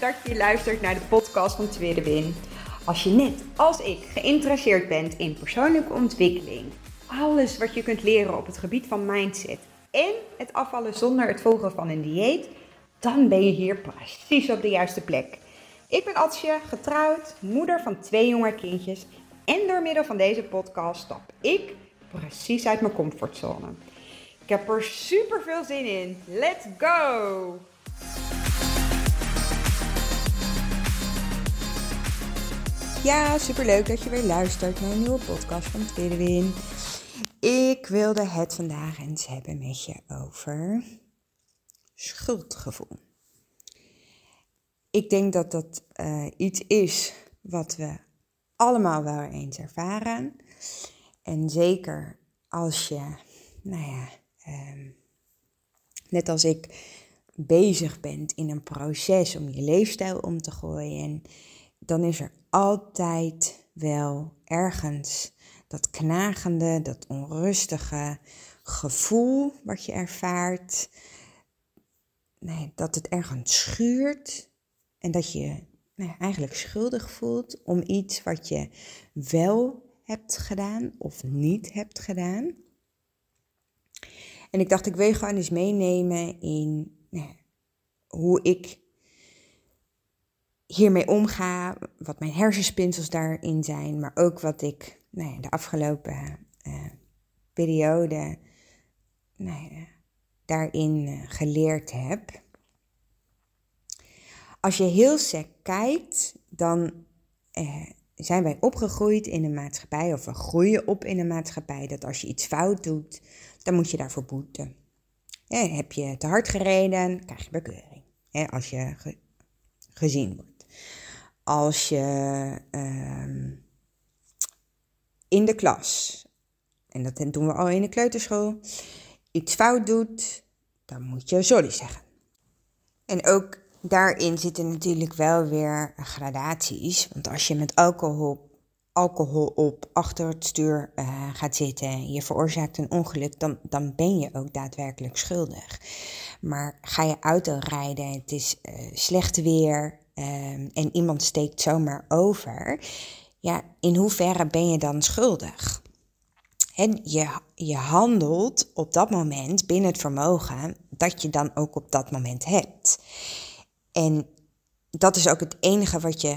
dat je luistert naar de podcast van Tweede Win. Als je net als ik geïnteresseerd bent in persoonlijke ontwikkeling, alles wat je kunt leren op het gebied van mindset en het afvallen zonder het volgen van een dieet, dan ben je hier precies op de juiste plek. Ik ben Atsje, getrouwd, moeder van 2 jonge kindjes en door middel van deze podcast stap ik precies uit mijn comfortzone. Ik heb er super veel zin in. Let's go! Ja, superleuk dat je weer luistert naar een nieuwe podcast van Tweede Win. Ik wilde het vandaag eens hebben met je over schuldgevoel. Ik denk dat dat iets is wat we allemaal wel eens ervaren. En zeker als je, net als ik, bezig bent in een proces om je leefstijl om te gooien, dan is er altijd wel ergens dat knagende, dat onrustige gevoel wat je ervaart. Dat het ergens schuurt en dat je eigenlijk schuldig voelt om iets wat je wel hebt gedaan of niet hebt gedaan. En ik dacht, ik wil je gewoon eens meenemen in hoe ik hiermee omga, wat mijn hersenspinsels daarin zijn, maar ook wat ik de afgelopen periode daarin geleerd heb. Als je heel sec kijkt, dan zijn wij opgegroeid in een maatschappij, of we groeien op in een maatschappij, dat als je iets fout doet, dan moet je daarvoor boeten. Heb je te hard gereden, krijg je bekeuring. Als je gezien wordt. Als je in de klas, en dat doen we al in de kleuterschool, iets fout doet, dan moet je sorry zeggen. En ook daarin zitten natuurlijk wel weer gradaties. Want als je met alcohol op achter het stuur gaat zitten, je veroorzaakt een ongeluk, dan ben je ook daadwerkelijk schuldig. Maar ga je auto rijden, het is slecht weer en iemand steekt zomaar over, in hoeverre ben je dan schuldig? Je handelt op dat moment binnen het vermogen dat je dan ook op dat moment hebt. En dat is ook het enige wat je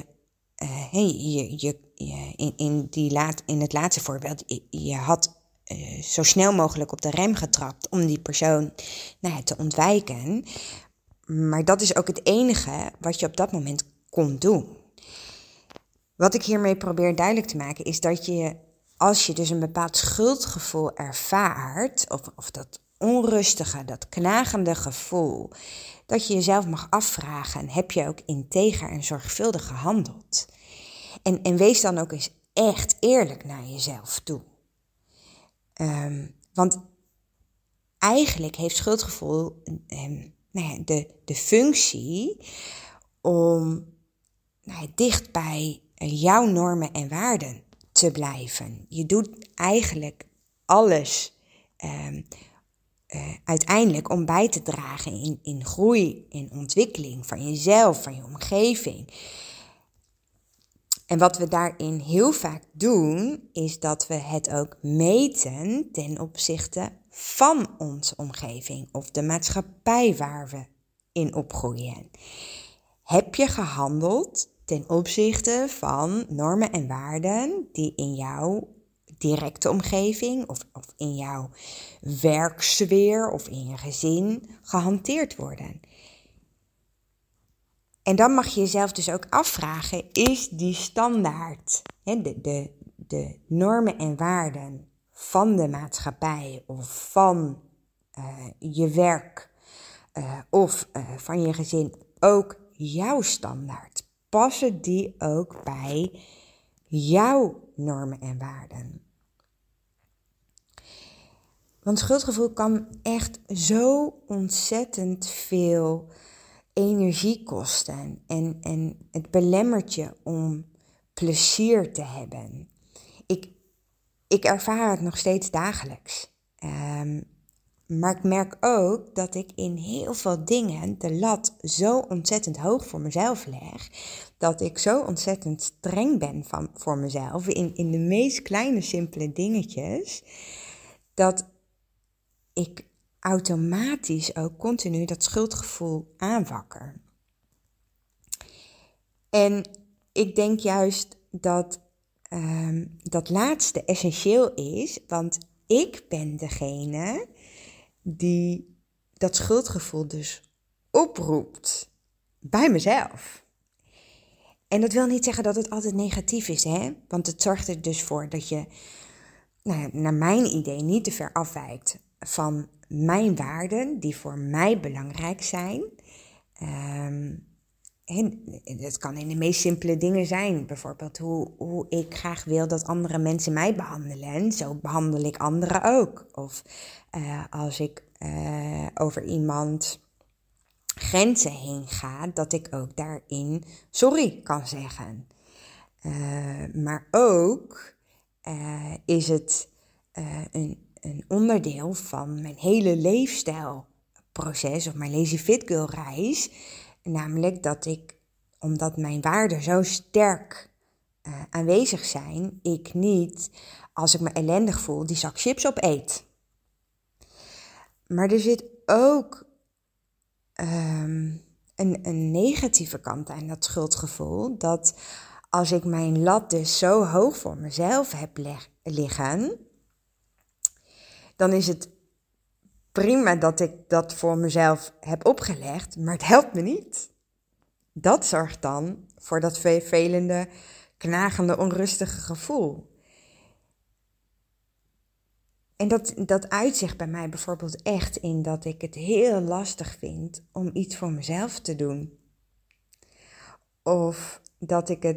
in het laatste voorbeeld, je had zo snel mogelijk op de rem getrapt om die persoon te ontwijken. Maar dat is ook het enige wat je op dat moment kon doen. Wat ik hiermee probeer duidelijk te maken is dat je, als je dus een bepaald schuldgevoel ervaart, of dat onrustige, dat knagende gevoel, dat je jezelf mag afvragen, heb je ook integer en zorgvuldig gehandeld? En wees dan ook eens echt eerlijk naar jezelf toe. Want eigenlijk heeft schuldgevoel de functie om dicht bij jouw normen en waarden te blijven. Je doet eigenlijk alles uiteindelijk om bij te dragen in groei, in ontwikkeling van jezelf, van je omgeving. En wat we daarin heel vaak doen, is dat we het ook meten ten opzichte van onze omgeving of de maatschappij waar we in opgroeien. Heb je gehandeld ten opzichte van normen en waarden die in jouw directe omgeving of in jouw werksfeer of in je gezin gehanteerd worden? En dan mag je jezelf dus ook afvragen, is die standaard, de normen en waarden van de maatschappij of van je werk of van je gezin ook jouw standaard? Passen die ook bij jouw normen en waarden? Want schuldgevoel kan echt zo ontzettend veel energie kosten. En het belemmert je om plezier te hebben. Ik ervaar het nog steeds dagelijks. Maar ik merk ook dat ik in heel veel dingen de lat zo ontzettend hoog voor mezelf leg. Dat ik zo ontzettend streng ben voor mezelf in de meest kleine, simpele dingetjes. Dat ik automatisch ook continu dat schuldgevoel aanwakker. En ik denk juist dat dat laatste essentieel is, want ik ben degene die dat schuldgevoel dus oproept bij mezelf. En dat wil niet zeggen dat het altijd negatief is, hè? Want het zorgt er dus voor dat je, naar mijn idee, niet te ver afwijkt van mijn waarden die voor mij belangrijk zijn. En het kan in de meest simpele dingen zijn. Bijvoorbeeld hoe ik graag wil dat andere mensen mij behandelen. Zo behandel ik anderen ook. Of als ik over iemand grenzen heen ga, dat ik ook daarin sorry kan zeggen. Maar ook is het een onderdeel van mijn hele leefstijlproces of mijn Lazy Fit Girl reis. Namelijk dat ik, omdat mijn waarden zo sterk aanwezig zijn, ik niet, als ik me ellendig voel, die zak chips opeet. Maar er zit ook een negatieve kant aan dat schuldgevoel. Dat als ik mijn lat dus zo hoog voor mezelf heb liggen, dan is het prima dat ik dat voor mezelf heb opgelegd, maar het helpt me niet. Dat zorgt dan voor dat vervelende, knagende, onrustige gevoel. En dat uitzicht bij mij bijvoorbeeld echt in dat ik het heel lastig vind om iets voor mezelf te doen. Of dat ik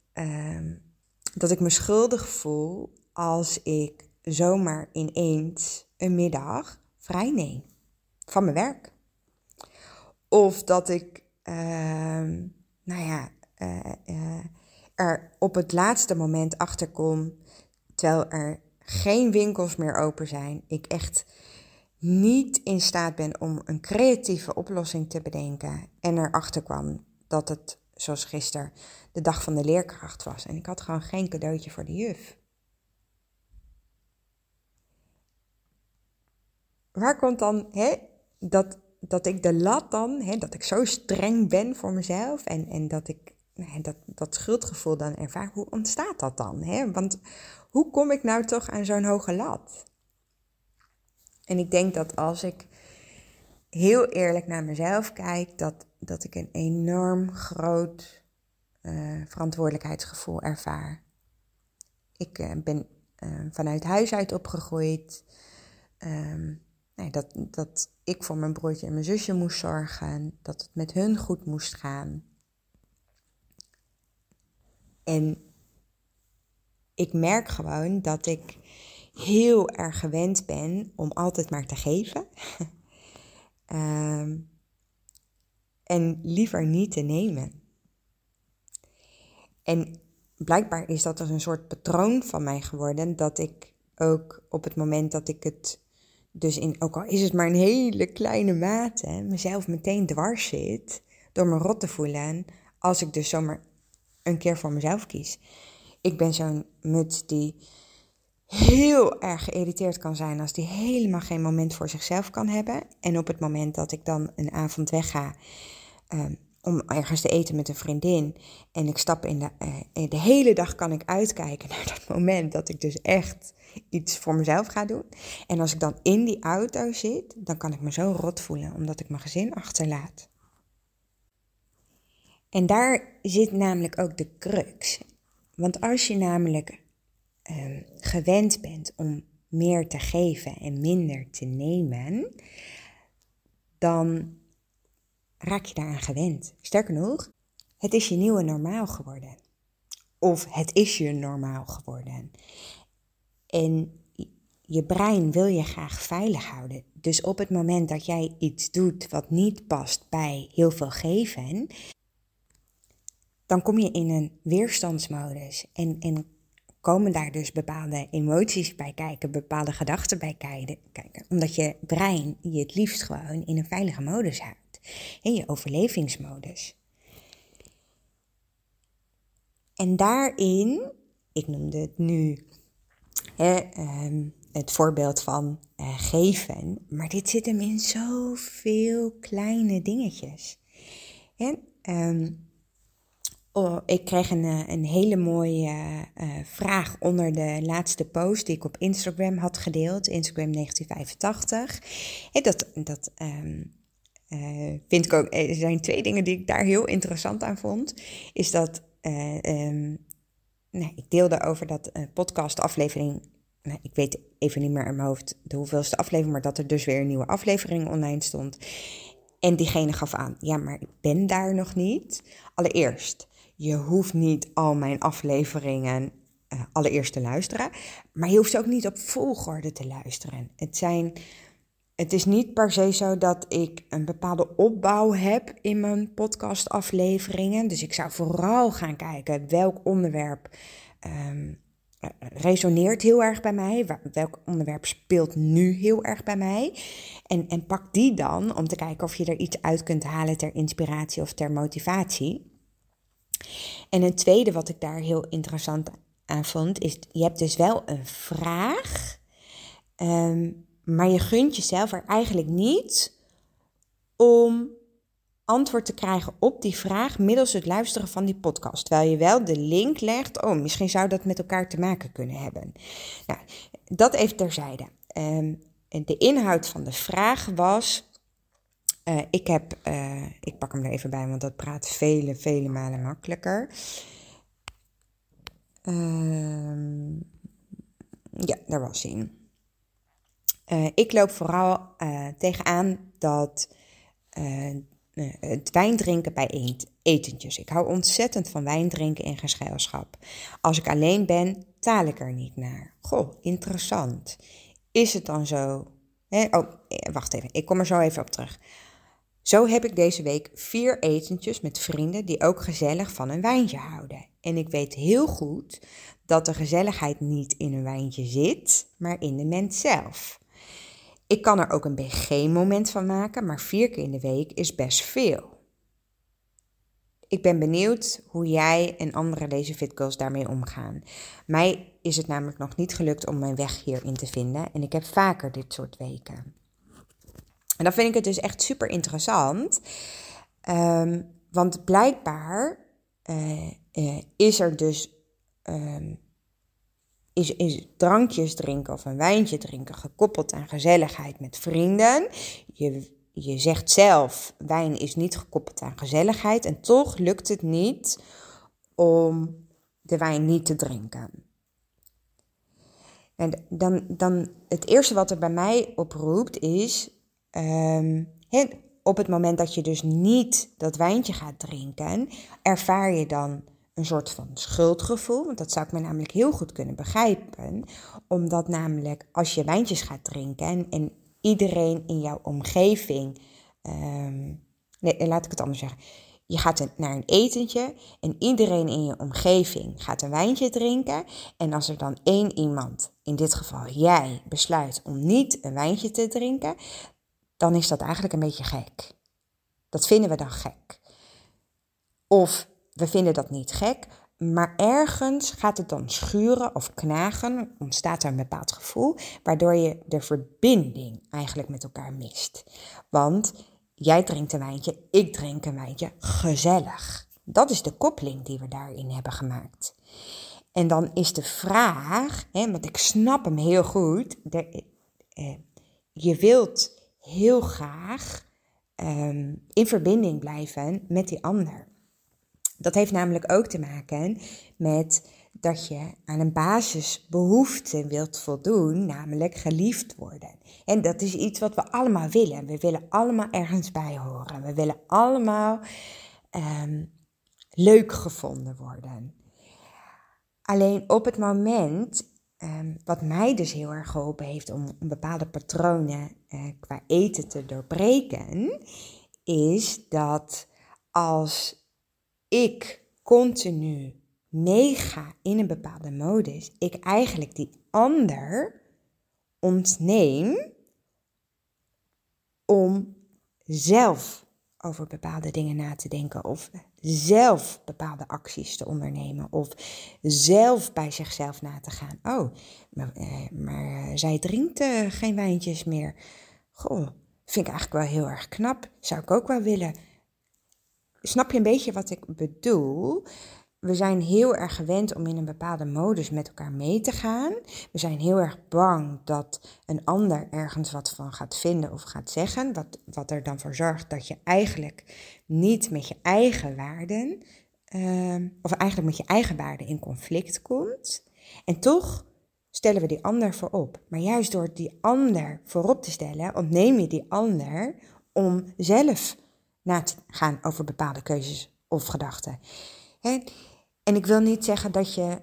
me schuldig voel als ik zomaar ineens een middag vrij neem van mijn werk. Of dat ik er op het laatste moment achter kom, terwijl er geen winkels meer open zijn. Ik echt niet in staat ben om een creatieve oplossing te bedenken. En erachter kwam dat het, zoals gisteren, de dag van de leerkracht was. En ik had gewoon geen cadeautje voor de juf. Waar komt dan dat ik de lat dan, dat ik zo streng ben voor mezelf en dat ik dat schuldgevoel dan ervaar, hoe ontstaat dat dan? Want hoe kom ik nou toch aan zo'n hoge lat? En ik denk dat als ik heel eerlijk naar mezelf kijk, dat ik een enorm groot verantwoordelijkheidsgevoel ervaar. Ik ben vanuit huis uit opgegroeid. Dat ik voor mijn broertje en mijn zusje moest zorgen. Dat het met hun goed moest gaan. En ik merk gewoon dat ik heel erg gewend ben om altijd maar te geven. En liever niet te nemen. En blijkbaar is dat dus een soort patroon van mij geworden. Dat ik ook op het moment dat ik het, dus ook al is het maar een hele kleine mate, mezelf meteen dwars zit door me rot te voelen. Als ik dus zomaar een keer voor mezelf kies. Ik ben zo'n muts die heel erg geïrriteerd kan zijn als die helemaal geen moment voor zichzelf kan hebben. En op het moment dat ik dan een avond wegga om ergens te eten met een vriendin en ik stap de hele dag kan ik uitkijken naar dat moment dat ik dus echt iets voor mezelf ga doen. En als ik dan in die auto zit, dan kan ik me zo rot voelen omdat ik mijn gezin achterlaat. En daar zit namelijk ook de crux. Want als je namelijk gewend bent om meer te geven en minder te nemen, dan raak je daaraan gewend. Sterker nog, het is je nieuwe normaal geworden. Of het is je normaal geworden. En je brein wil je graag veilig houden. Dus op het moment dat jij iets doet wat niet past bij heel veel geven, dan kom je in een weerstandsmodus. En komen daar dus bepaalde emoties bij kijken, bepaalde gedachten bij kijken. Omdat je brein je het liefst gewoon in een veilige modus houdt. In je overlevingsmodus. En daarin, ik noemde het nu het voorbeeld van geven. Maar dit zit hem in zoveel kleine dingetjes. Ik kreeg een hele mooie vraag onder de laatste post die ik op Instagram had gedeeld. Instagram 1985. Dat vind ik ook. Er zijn 2 dingen die ik daar heel interessant aan vond. Is dat ik deelde over dat podcastaflevering. Ik weet even niet meer in mijn hoofd de hoeveelste aflevering, maar dat er dus weer een nieuwe aflevering online stond. En diegene gaf aan, ja, maar ik ben daar nog niet. Allereerst, je hoeft niet al mijn afleveringen allereerst te luisteren. Maar je hoeft ook niet op volgorde te luisteren. Het is niet per se zo dat ik een bepaalde opbouw heb in mijn podcastafleveringen. Dus ik zou vooral gaan kijken welk onderwerp resoneert heel erg bij mij. Welk onderwerp speelt nu heel erg bij mij. En pak die dan om te kijken of je er iets uit kunt halen ter inspiratie of ter motivatie. En een tweede wat ik daar heel interessant aan vond, is je hebt dus wel een vraag, maar je gunt jezelf er eigenlijk niet om antwoord te krijgen op die vraag middels het luisteren van die podcast. Terwijl je wel de link legt, misschien zou dat met elkaar te maken kunnen hebben. Nou, dat even terzijde. De inhoud van de vraag was, ik pak hem er even bij, want dat praat vele malen makkelijker. Ja, daar was hij. Ik loop vooral tegenaan dat het wijn drinken bij etentjes. Ik hou ontzettend van wijn drinken in gezelschap. Als ik alleen ben, taal ik er niet naar. Goh, interessant. Is het dan zo? Wacht even, ik kom er zo even op terug. Zo heb ik deze week 4 etentjes met vrienden die ook gezellig van een wijntje houden. En ik weet heel goed dat de gezelligheid niet in een wijntje zit, maar in de mens zelf. Ik kan er ook een BG-moment van maken, maar 4 keer in de week is best veel. Ik ben benieuwd hoe jij en andere Lazy Fit Girls daarmee omgaan. Mij is het namelijk nog niet gelukt om mijn weg hierin te vinden en ik heb vaker dit soort weken. En dan vind ik het dus echt super interessant, want blijkbaar is er dus is drankjes drinken of een wijntje drinken gekoppeld aan gezelligheid met vrienden. Je zegt zelf, wijn is niet gekoppeld aan gezelligheid en toch lukt het niet om de wijn niet te drinken. En dan het eerste wat er bij mij oproept is, op het moment dat je dus niet dat wijntje gaat drinken, ervaar je dan een soort van schuldgevoel. Want dat zou ik me namelijk heel goed kunnen begrijpen. Omdat namelijk als je wijntjes gaat drinken en iedereen in jouw omgeving, laat ik het anders zeggen. Je gaat naar een etentje en iedereen in je omgeving gaat een wijntje drinken. En als er dan 1 iemand, in dit geval jij, besluit om niet een wijntje te drinken, dan is dat eigenlijk een beetje gek. Dat vinden we dan gek. Of we vinden dat niet gek, maar ergens gaat het dan schuren of knagen, ontstaat er een bepaald gevoel, waardoor je de verbinding eigenlijk met elkaar mist. Want jij drinkt een wijntje, ik drink een wijntje, gezellig. Dat is de koppeling die we daarin hebben gemaakt. En dan is de vraag, want ik snap hem heel goed, je wilt heel graag in verbinding blijven met die ander. Dat heeft namelijk ook te maken met dat je aan een basisbehoefte wilt voldoen, namelijk geliefd worden. En dat is iets wat we allemaal willen. We willen allemaal ergens bij horen. We willen allemaal leuk gevonden worden. Alleen op het moment, wat mij dus heel erg geholpen heeft om bepaalde patronen qua eten te doorbreken, is dat als ik continu meega in een bepaalde modus, ik eigenlijk die ander ontneem om zelf over bepaalde dingen na te denken of zelf bepaalde acties te ondernemen of zelf bij zichzelf na te gaan. Oh, maar zij drinkt geen wijntjes meer. Goh, vind ik eigenlijk wel heel erg knap. Zou ik ook wel willen. Snap je een beetje wat ik bedoel? We zijn heel erg gewend om in een bepaalde modus met elkaar mee te gaan. We zijn heel erg bang dat een ander ergens wat van gaat vinden of gaat zeggen. Wat er dan voor zorgt dat je eigenlijk niet met je eigen waarden, of eigenlijk met je eigen waarden in conflict komt. En toch stellen we die ander voorop. Maar juist door die ander voorop te stellen, ontneem je die ander om zelf na te gaan over bepaalde keuzes of gedachten. En ik wil niet zeggen dat je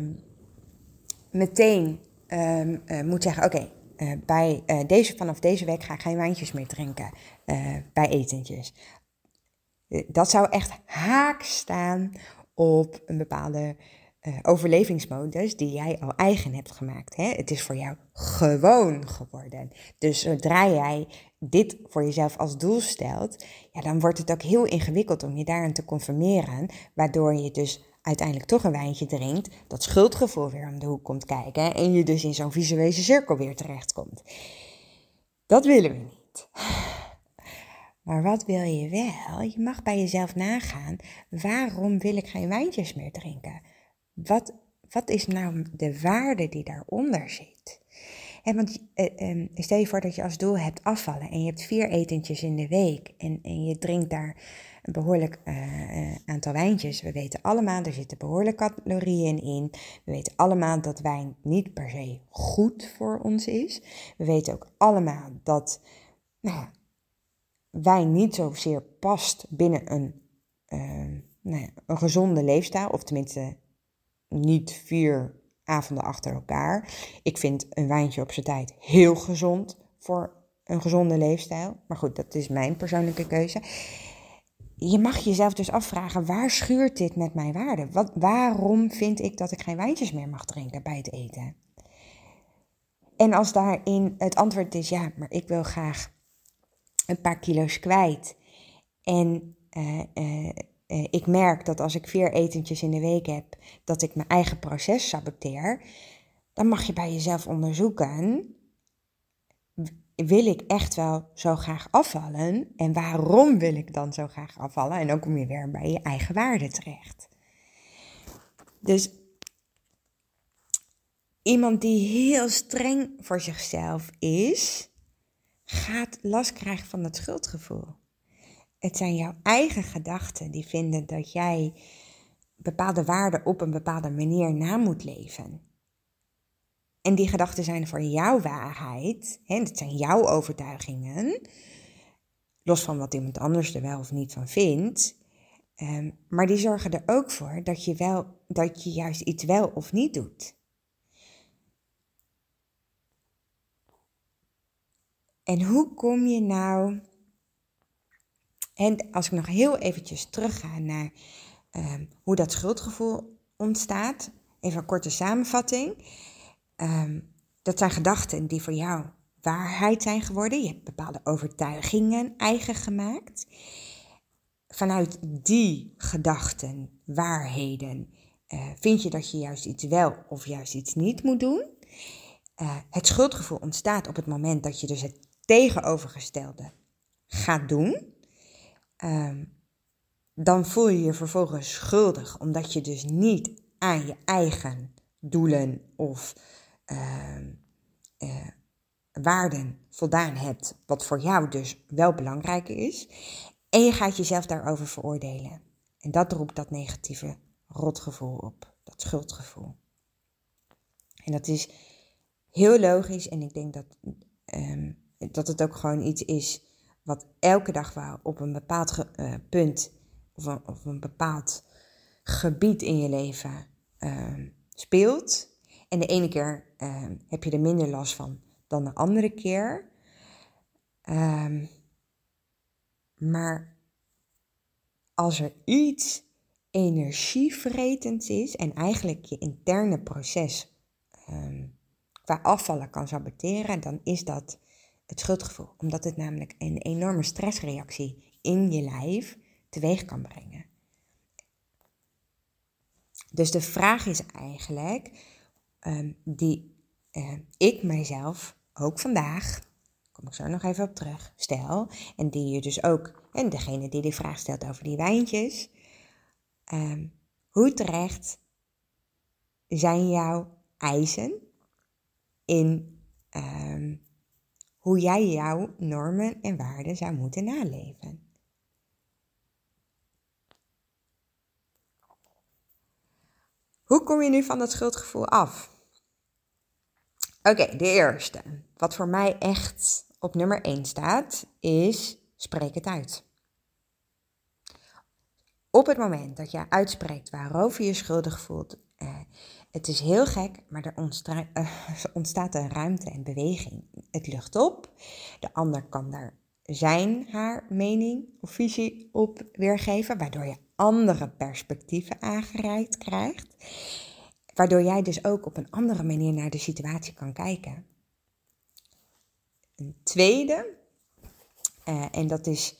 meteen moet zeggen, oké, vanaf deze week ga ik geen wijntjes meer drinken bij etentjes. Dat zou echt haak staan op een bepaalde overlevingsmodus die jij al eigen hebt gemaakt. Hè? Het is voor jou gewoon geworden. Dus zodra jij dit voor jezelf als doel stelt, ja, dan wordt het ook heel ingewikkeld om je daarin te conformeren, waardoor je dus uiteindelijk toch een wijntje drinkt, dat schuldgevoel weer om de hoek komt kijken en je dus in zo'n visueuze cirkel weer terechtkomt. Dat willen we niet. Maar wat wil je wel? Je mag bij jezelf nagaan, waarom wil ik geen wijntjes meer drinken? Wat is nou de waarde die daaronder zit? Want stel je voor dat je als doel hebt afvallen en je hebt 4 etentjes in de week en je drinkt daar een behoorlijk aantal wijntjes. We weten allemaal, er zitten behoorlijk calorieën in. We weten allemaal dat wijn niet per se goed voor ons is. We weten ook allemaal dat wijn niet zozeer past binnen een gezonde leefstijl, of tenminste niet 4 avonden achter elkaar. Ik vind een wijntje op zijn tijd heel gezond voor een gezonde leefstijl. Maar goed, dat is mijn persoonlijke keuze. Je mag jezelf dus afvragen, waar schuurt dit met mijn waarden? Waarom vind ik dat ik geen wijntjes meer mag drinken bij het eten? En als daarin het antwoord is, ja, maar ik wil graag een paar kilo's kwijt. En ik merk dat als ik 4 etentjes in de week heb, dat ik mijn eigen proces saboteer. Dan mag je bij jezelf onderzoeken, wil ik echt wel zo graag afvallen? En waarom wil ik dan zo graag afvallen? En dan kom je weer bij je eigen waarde terecht. Dus iemand die heel streng voor zichzelf is, gaat last krijgen van dat schuldgevoel. Het zijn jouw eigen gedachten die vinden dat jij bepaalde waarden op een bepaalde manier na moet leven. En die gedachten zijn voor jouw waarheid, dat zijn jouw overtuigingen, los van wat iemand anders er wel of niet van vindt. Maar die zorgen er ook voor dat je juist iets wel of niet doet. En hoe kom je nou, en als ik nog heel eventjes terugga naar hoe dat schuldgevoel ontstaat, even een korte samenvatting. Dat zijn gedachten die voor jou waarheid zijn geworden. Je hebt bepaalde overtuigingen eigen gemaakt. Vanuit die gedachten, waarheden, vind je dat je juist iets wel of juist iets niet moet doen. Het schuldgevoel ontstaat op het moment dat je dus het tegenovergestelde gaat doen. Dan voel je je vervolgens schuldig, omdat je dus niet aan je eigen doelen of waarden voldaan hebt, wat voor jou dus wel belangrijk is. En je gaat jezelf daarover veroordelen. En dat roept dat negatieve rotgevoel op, dat schuldgevoel. En dat is heel logisch en ik denk dat het ook gewoon iets is wat elke dag wel op een bepaald punt of een bepaald gebied in je leven speelt. En de ene keer heb je er minder last van dan de andere keer. Maar als er iets energievretend is en eigenlijk je interne proces qua afvallen kan saboteren, dan is dat het schuldgevoel. Omdat het namelijk een enorme stressreactie in je lijf teweeg kan brengen. Dus de vraag is eigenlijk, die ik mijzelf ook vandaag, kom ik zo nog even op terug, stel. En die je dus ook, en degene die die vraag stelt over die wijntjes. Hoe terecht zijn jouw eisen in hoe jij jouw normen en waarden zou moeten naleven? Hoe kom je nu van dat schuldgevoel af? Oké, de eerste. Wat voor mij echt op nummer 1 staat, is spreek het uit. Op het moment dat je uitspreekt waarover je je schuldig voelt, het is heel gek, maar er ontstaat een ruimte en beweging. Het lucht op, de ander kan daar haar mening of visie op weergeven, waardoor je andere perspectieven aangereikt krijgt. Waardoor jij dus ook op een andere manier naar de situatie kan kijken. Een tweede, en dat is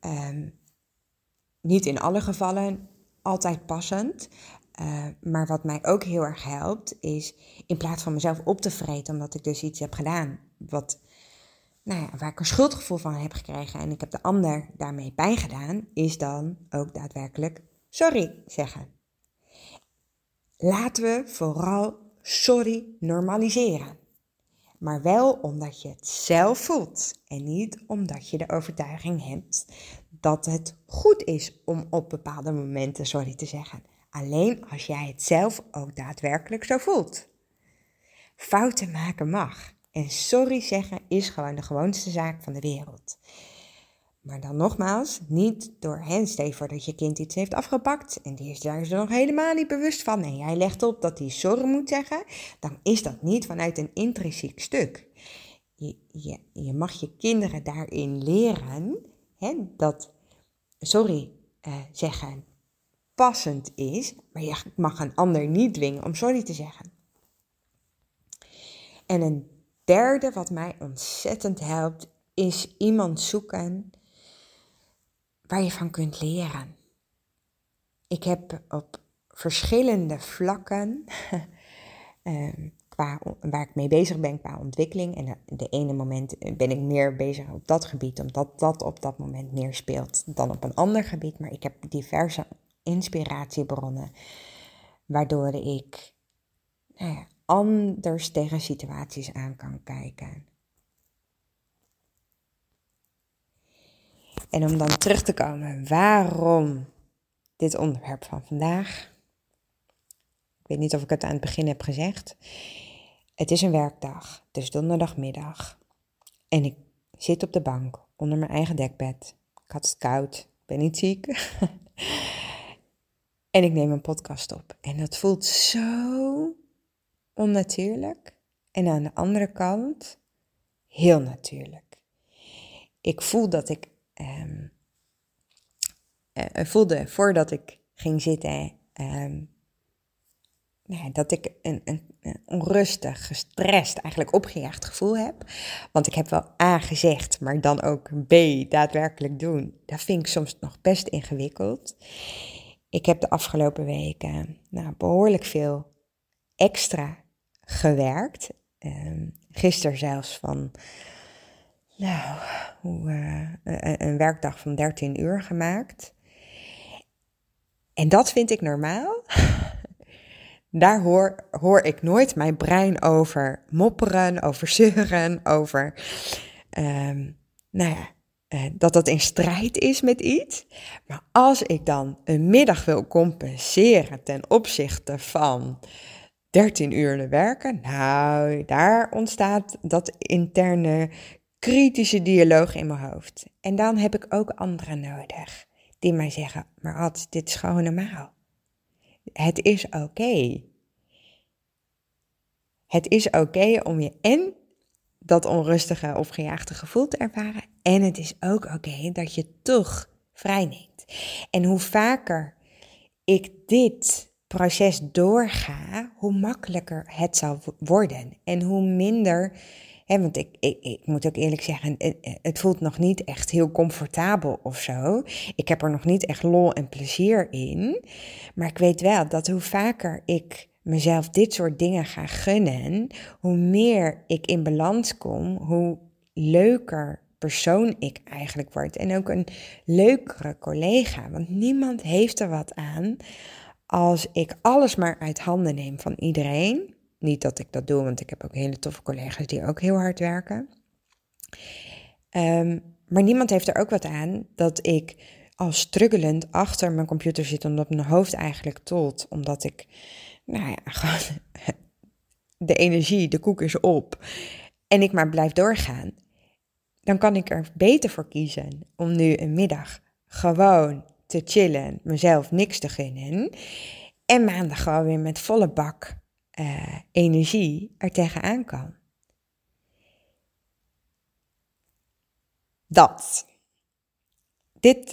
niet in alle gevallen altijd passend. Maar wat mij ook heel erg helpt, is in plaats van mezelf op te vreten, omdat ik dus iets heb gedaan waar ik een schuldgevoel van heb gekregen en ik heb de ander daarmee pijn gedaan, is dan ook daadwerkelijk sorry zeggen. Laten we vooral sorry normaliseren. Maar wel omdat je het zelf voelt en niet omdat je de overtuiging hebt dat het goed is om op bepaalde momenten sorry te zeggen. Alleen als jij het zelf ook daadwerkelijk zo voelt. Fouten maken mag. En sorry zeggen is gewoon de gewoonste zaak van de wereld. Maar dan nogmaals, niet door stel je voor dat je kind iets heeft afgepakt en die is daar zo nog helemaal niet bewust van. En jij legt op dat hij sorry moet zeggen, dan is dat niet vanuit een intrinsiek stuk. Je mag je kinderen daarin leren dat sorry zeggen passend is, maar je mag een ander niet dwingen om sorry te zeggen. En een derde wat mij ontzettend helpt, is iemand zoeken waar je van kunt leren. Ik heb op verschillende vlakken waar ik mee bezig ben qua ontwikkeling. En de ene moment ben ik meer bezig op dat gebied, omdat dat op dat moment meer speelt dan op een ander gebied. Maar ik heb diverse inspiratiebronnen, waardoor ik anders tegen situaties aan kan kijken. En om dan terug te komen, waarom dit onderwerp van vandaag? Ik weet niet of ik het aan het begin heb gezegd. Het is een werkdag, het is donderdagmiddag. En ik zit op de bank onder mijn eigen dekbed. Ik had het koud, ik ben niet ziek. En ik neem een podcast op. En dat voelt zo onnatuurlijk. En aan de andere kant heel natuurlijk. Ik voel dat ik voelde voordat ik ging zitten dat ik een onrustig, gestrest, eigenlijk opgejaagd gevoel heb. Want ik heb wel A gezegd, maar dan ook B daadwerkelijk doen. Dat vind ik soms nog best ingewikkeld. Ik heb de afgelopen weken behoorlijk veel extra gewerkt. Gisteren zelfs van een werkdag van 13 uur gemaakt. En dat vind ik normaal. Daar hoor ik nooit mijn brein over mopperen, over zeuren, over dat in strijd is met iets. Maar als ik dan een middag wil compenseren ten opzichte van 13 uur werken, daar ontstaat dat interne kritische dialoog in mijn hoofd. En dan heb ik ook anderen nodig die mij zeggen, maar Ad, dit is gewoon normaal. Het is oké. Het is oké om je en dat onrustige of gejaagde gevoel te ervaren. En het is ook oké dat je toch vrij neemt. En hoe vaker ik dit proces doorga, hoe makkelijker het zal worden. En hoe minder, want ik moet ook eerlijk zeggen, het voelt nog niet echt heel comfortabel of zo. Ik heb er nog niet echt lol en plezier in. Maar ik weet wel dat hoe vaker ik mezelf dit soort dingen ga gunnen, hoe meer ik in balans kom, hoe leuker persoon ik eigenlijk word. En ook een leukere collega. Want niemand heeft er wat aan als ik alles maar uit handen neem van iedereen. Niet dat ik dat doe, want ik heb ook hele toffe collega's die ook heel hard werken. Maar niemand heeft er ook wat aan dat ik al struggelend achter mijn computer zit, omdat mijn hoofd eigenlijk tolt. Omdat ik, gewoon de energie, de koek is op. En ik maar blijf doorgaan. Dan kan ik er beter voor kiezen om nu een middag gewoon te chillen, mezelf niks te gunnen. En maandag gewoon weer met volle bak energie er tegenaan kan. Dit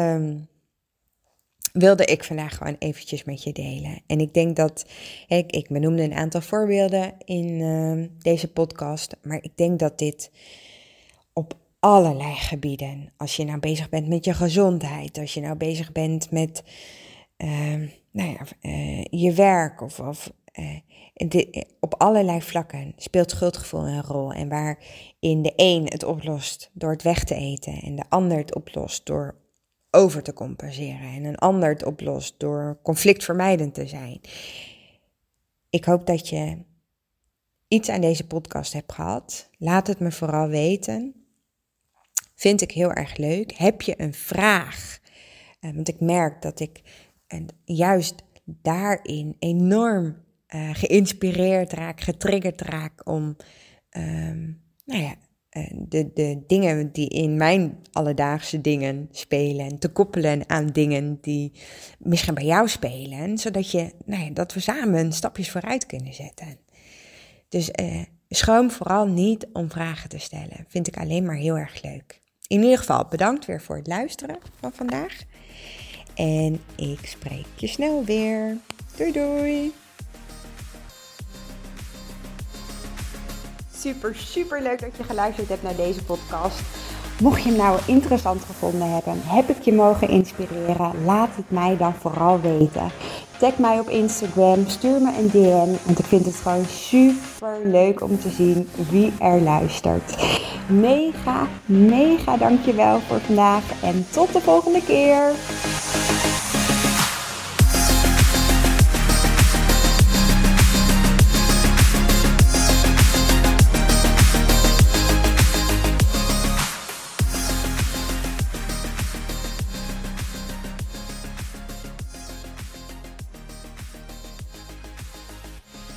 wilde ik vandaag gewoon eventjes met je delen. En ik denk dat, ik benoemde een aantal voorbeelden in deze podcast, maar ik denk dat dit op allerlei gebieden, als je nou bezig bent met je gezondheid, als je nou bezig bent met je werk op allerlei vlakken speelt schuldgevoel een rol. En waarin de een het oplost door het weg te eten en de ander het oplost door over te compenseren en een ander het oplost door conflictvermijdend te zijn. Ik hoop dat je iets aan deze podcast hebt gehad. Laat het me vooral weten. Vind ik heel erg leuk. Heb je een vraag? Want ik merk dat ik juist daarin enorm geïnspireerd raak, getriggerd raak om de dingen die in mijn alledaagse dingen spelen te koppelen aan dingen die misschien bij jou spelen, zodat dat we samen stapjes vooruit kunnen zetten. Dus schroom vooral niet om vragen te stellen. Vind ik alleen maar heel erg leuk. In ieder geval bedankt weer voor het luisteren van vandaag. En ik spreek je snel weer. Doei doei! Super leuk dat je geluisterd hebt naar deze podcast. Mocht je hem nou interessant gevonden hebben, heb ik je mogen inspireren, laat het mij dan vooral weten. Tag mij op Instagram, stuur me een DM, want ik vind het gewoon super leuk om te zien wie er luistert. Mega dankjewel voor vandaag en tot de volgende keer.